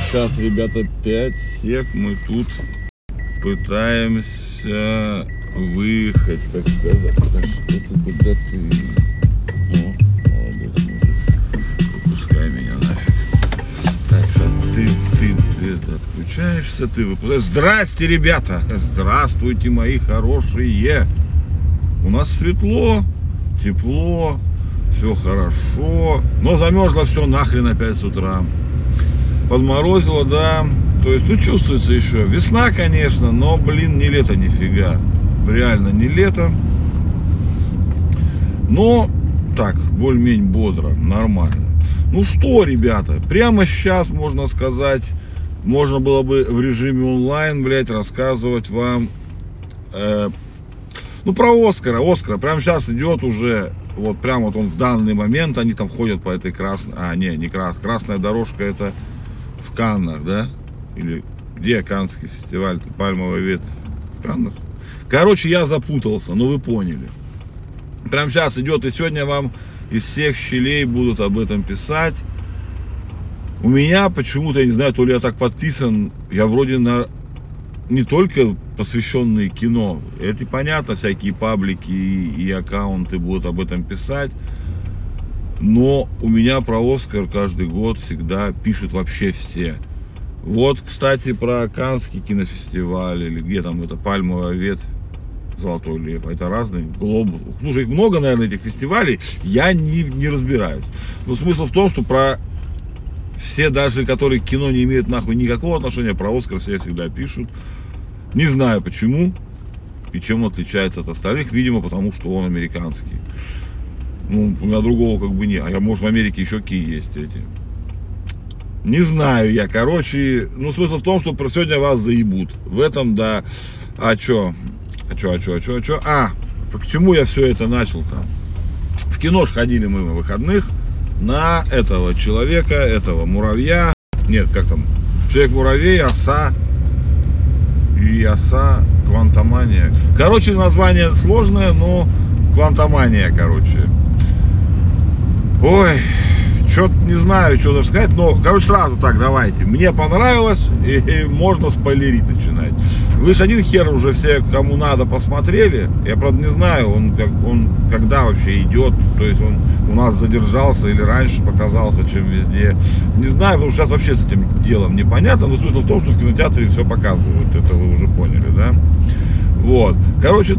сейчас, ребята, 5 сек мы тут пытаемся выехать, так сказать. Да что ты, куда ты? О, молодец, мужик. Выпускай меня нафиг. Так, сейчас ты отключаешься, ты выпускаешь. Здрасте, ребята! Здравствуйте, мои хорошие! У нас светло, тепло, все хорошо, но замерзло все нахрен опять с утра. Подморозило, да. То есть, ну, чувствуется еще. Весна, конечно, но, блин, не лето нифига. Реально не лето. Но, так, более-менее бодро, нормально. Ну что, ребята, прямо сейчас, можно сказать, можно было бы в режиме онлайн, блядь, рассказывать вам, ну, про Оскара. Оскара прямо сейчас идет уже, вот прямо вот он в данный момент, они там ходят по этой красной, красная дорожка, это в Каннах, да? Или где Каннский фестиваль, пальмовая ветвь в Каннах? Короче, я запутался, но вы поняли. Прямо сейчас идет, и сегодня вам из всех щелей будут об этом писать. У меня почему-то, я не знаю, то ли я так подписан, я вроде на не только посвященные кино, это понятно, всякие паблики и аккаунты будут об этом писать, но у меня про Оскар каждый год всегда пишут вообще все. Вот, кстати, про Каннский кинофестиваль, или где там это пальмовая ветвь, Золотой лев, это разные, глобус. Слушай, их много, наверное, этих фестивалей, я не разбираюсь. Но смысл в том, что про все, даже которые к кино не имеют нахуй никакого отношения, про Оскар все всегда пишут. Не знаю почему и чем он отличается от остальных, видимо, потому что он американский. Ну, у меня другого как бы нет. А может, в Америке еще какие есть эти. Не знаю я, короче, ну, смысл в том, что про сегодня вас заебут. В этом, да. А к чему я все это начал-то? В кино ж ходили мы на выходных на этого человека, этого муравья. Нет, как там? Человек-муравей, оса. И оса, квантомания. Короче, название сложное, но квантомания, короче. Ой, что-то не знаю, что даже сказать, но, короче, сразу так, давайте. Мне понравилось, и можно спойлерить начинать. Вы же один хер уже все, кому надо, посмотрели. Я, правда, не знаю, он когда вообще идет. То есть он у нас задержался или раньше показался, чем везде. Не знаю, потому что сейчас вообще с этим делом непонятно. Но смысл в том, что в кинотеатре все показывают. Это вы уже поняли, да? Вот. Короче,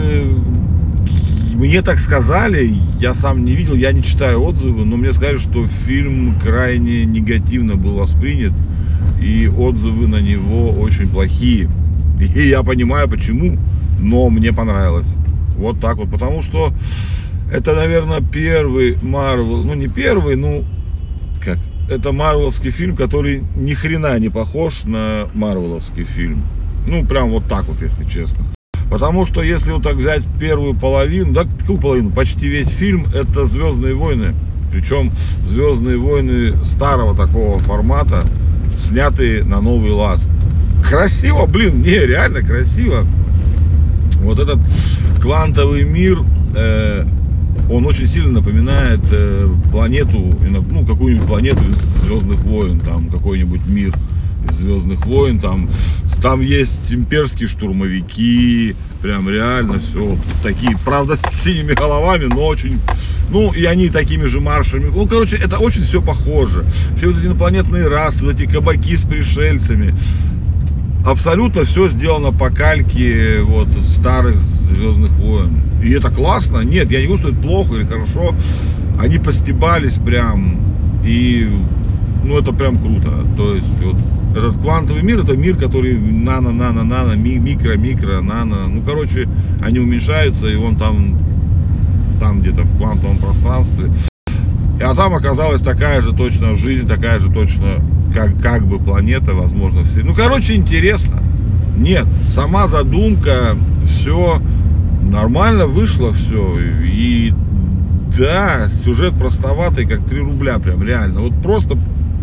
мне так сказали, я сам не видел, я не читаю отзывы, но мне сказали, что фильм крайне негативно был воспринят, и отзывы на него очень плохие. И я понимаю почему, но мне понравилось. Вот так вот, потому что это, наверное, первый Марвел, ну не первый, ну как, это марвеловский фильм, который ни хрена не похож на марвеловский фильм. Ну прям вот так вот, если честно. Потому что если вот так взять первую половину, да какую половину, почти весь фильм, это «Звездные войны». Причем «Звездные войны» старого такого формата, снятые на новый лад. Красиво, блин, не, реально красиво. Вот этот квантовый мир, он очень сильно напоминает планету, ну какую-нибудь планету из «Звездных войн», там какой-нибудь мир из «Звездных войн», там есть имперские штурмовики, прям реально все такие, правда, с синими головами, но очень, ну, и они такими же маршами. Ну, короче, это очень все похоже. Все вот эти инопланетные расы, вот эти кабаки с пришельцами. Абсолютно все сделано по кальке вот старых «Звездных войн». И это классно. Нет, я не говорю, что это плохо или хорошо. Они постебались прям. И, ну, это прям круто. То есть, вот этот квантовый мир, это мир, который нано, микро, нано. Ну, короче, они уменьшаются, и он там где-то в квантовом пространстве. А там оказалась такая же точно жизнь, такая же точно, как бы планета, возможно, все. Ну, короче, интересно. Нет, сама задумка, все нормально вышло, все. И да, сюжет простоватый, как 3 рубля, прям реально. Вот просто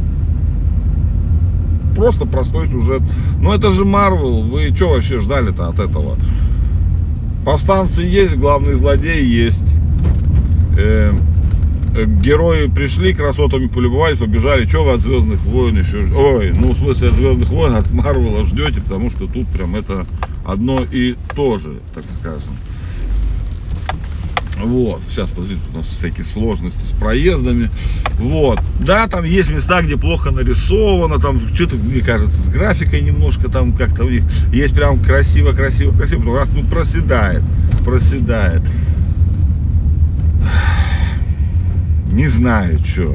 простой сюжет. Но это же Марвел, вы что вообще ждали-то от этого? Повстанцы есть, главный злодей есть. герои пришли, красотами полюбовались, побежали. Что вы от Звездных войн еще? Ой, ну в смысле от Звездных войн, от Марвела ждете, потому что тут прям это одно и то же, так скажем. Вот, сейчас, подождите, у нас всякие сложности с проездами. Вот, да, там есть места, где плохо нарисовано, там что-то, мне кажется, с графикой немножко там как-то у них есть прям красиво, потом раз, ну, проседает. Не знаю, что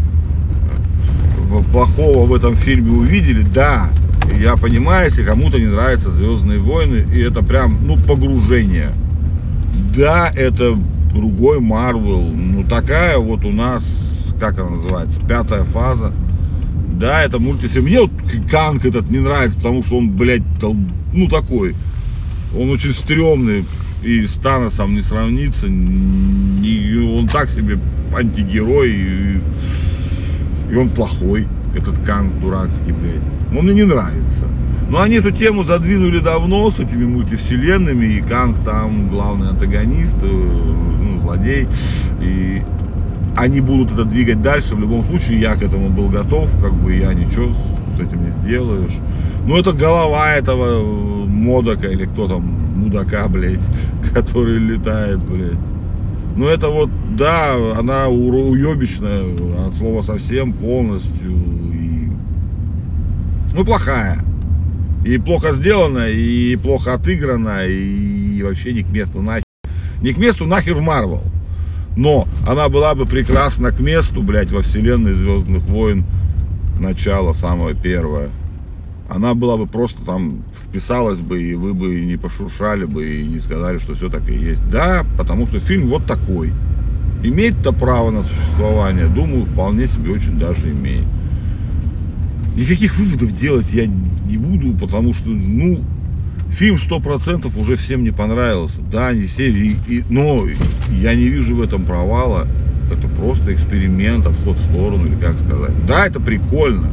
плохого в этом фильме увидели, да. Я понимаю, если кому-то не нравятся Звездные войны, и это прям, ну, погружение. Да, это другой Марвел, ну такая вот у нас, как она называется, 5-я фаза. Да, это мультифильм. Мне вот Канг этот не нравится, потому что он, блядь, ну такой, он очень стрёмный и с Таносом не сравнится, он так себе антигерой, и он плохой, этот Канг дурацкий, блядь. Он мне не нравится. Но они эту тему задвинули давно с этими мультивселенными, и Канг там главный антагонист, ну, злодей, и они будут это двигать дальше, в любом случае, я к этому был готов, как бы я ничего с этим не сделаешь. Но это голова этого Модока, или кто там, мудака, блядь, который летает, блядь. Ну это вот, да, она уебищная, от слова совсем, полностью, и, ну, плохая. И плохо сделано, и плохо отыграно, и вообще не к месту нахер. Не к месту нахер в Марвел. Но она была бы прекрасна к месту, блядь, во вселенной Звездных войн. Начало самое первое. Она была бы просто там вписалась бы, и вы бы не пошуршали бы, и не сказали, что все так и есть. Да, потому что фильм вот такой. Имеет-то право на существование? Думаю, вполне себе очень даже имеет. Никаких выводов делать я не буду, потому что, ну, фильм 100% уже всем не понравился. Да, не все, но я не вижу в этом провала. Это просто эксперимент, отход в сторону, или как сказать. Да, это прикольно.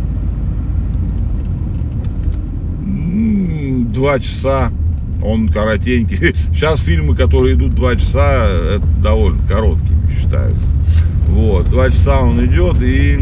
2 часа, он коротенький. Сейчас фильмы, которые идут 2 часа, это довольно короткими считаются. Вот, 2 часа он идет, и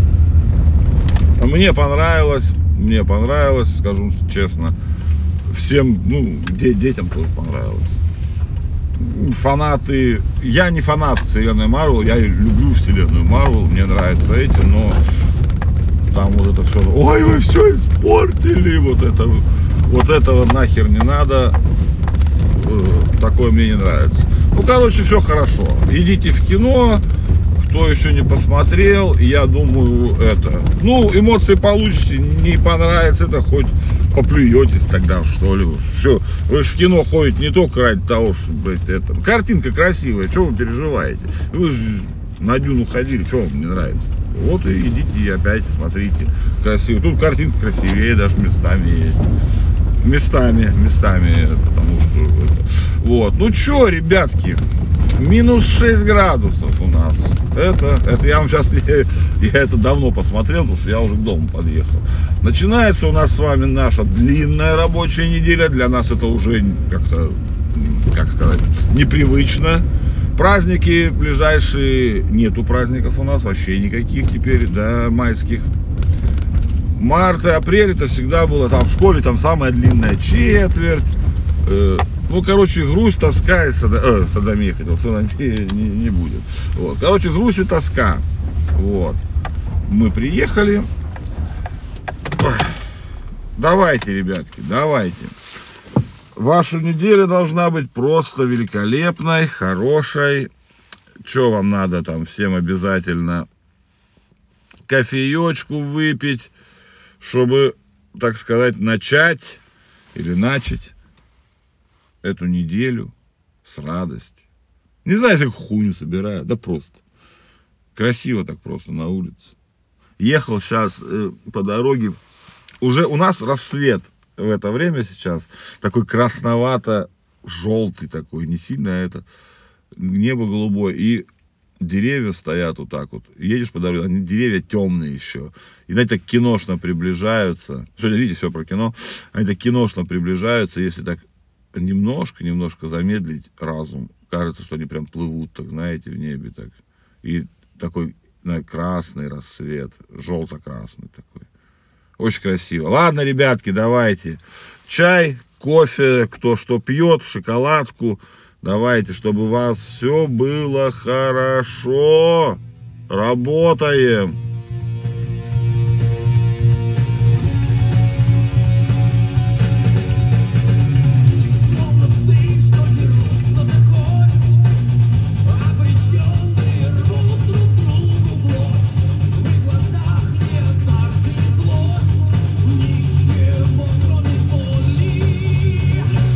мне понравилось, скажу честно. Всем, ну, детям тоже понравилось. Фанаты, я не фанат вселенной Марвел, я люблю вселенную Марвел, мне нравится эти, но там вот это все, ой, вы все испортили, вот этого нахер не надо, такое мне не нравится. Ну, короче, все хорошо, идите в кино. Кто еще не посмотрел, я думаю, ну, эмоции получите, не понравится, это хоть поплюетесь тогда, что ли. Все, вы же в кино ходите не только ради того, что, блядь, картинка красивая, что вы переживаете? Вы же на Дюну ходили, что вам не нравится? Вот и идите и опять смотрите, красиво. Тут картинка красивее, даже местами есть. Местами, потому что вот. Ну что, ребятки, минус 6 градусов у нас. Это я вам сейчас, я это давно посмотрел, потому что я уже к дому подъехал. Начинается у нас с вами наша длинная рабочая неделя. Для нас это уже как-то, как сказать, непривычно. Праздники ближайшие, нету праздников у нас вообще никаких теперь, да, майских. Март и апрель это всегда было, там в школе там самая длинная четверть. Ну, короче, грусть, тоска и садомия, хотел, садомия не будет. Вот. Короче, грусть и тоска. Вот. Мы приехали. Давайте, ребятки, давайте. Ваша неделя должна быть просто великолепной, хорошей. Что вам надо там всем обязательно? Кофеечку выпить, чтобы, так сказать, начать эту неделю с радостью. Не знаю, если хуйню собираю, да просто. Красиво так просто на улице. Ехал сейчас по дороге. Уже у нас рассвет в это время сейчас. Такой красновато-желтый такой. Не сильно это. Небо голубое. И деревья стоят вот так вот. Едешь по дороге, они деревья темные еще. И, знаете, так киношно приближаются. Сегодня, видите, все про кино. Они так киношно приближаются, если так немножко замедлить разум. Кажется, что они прям плывут, так, знаете, в небе так. И такой красный рассвет, желто-красный такой. Очень красиво. Ладно, ребятки, давайте. Чай, кофе, кто что пьет, шоколадку. Давайте, чтобы у вас все было хорошо. Работаем.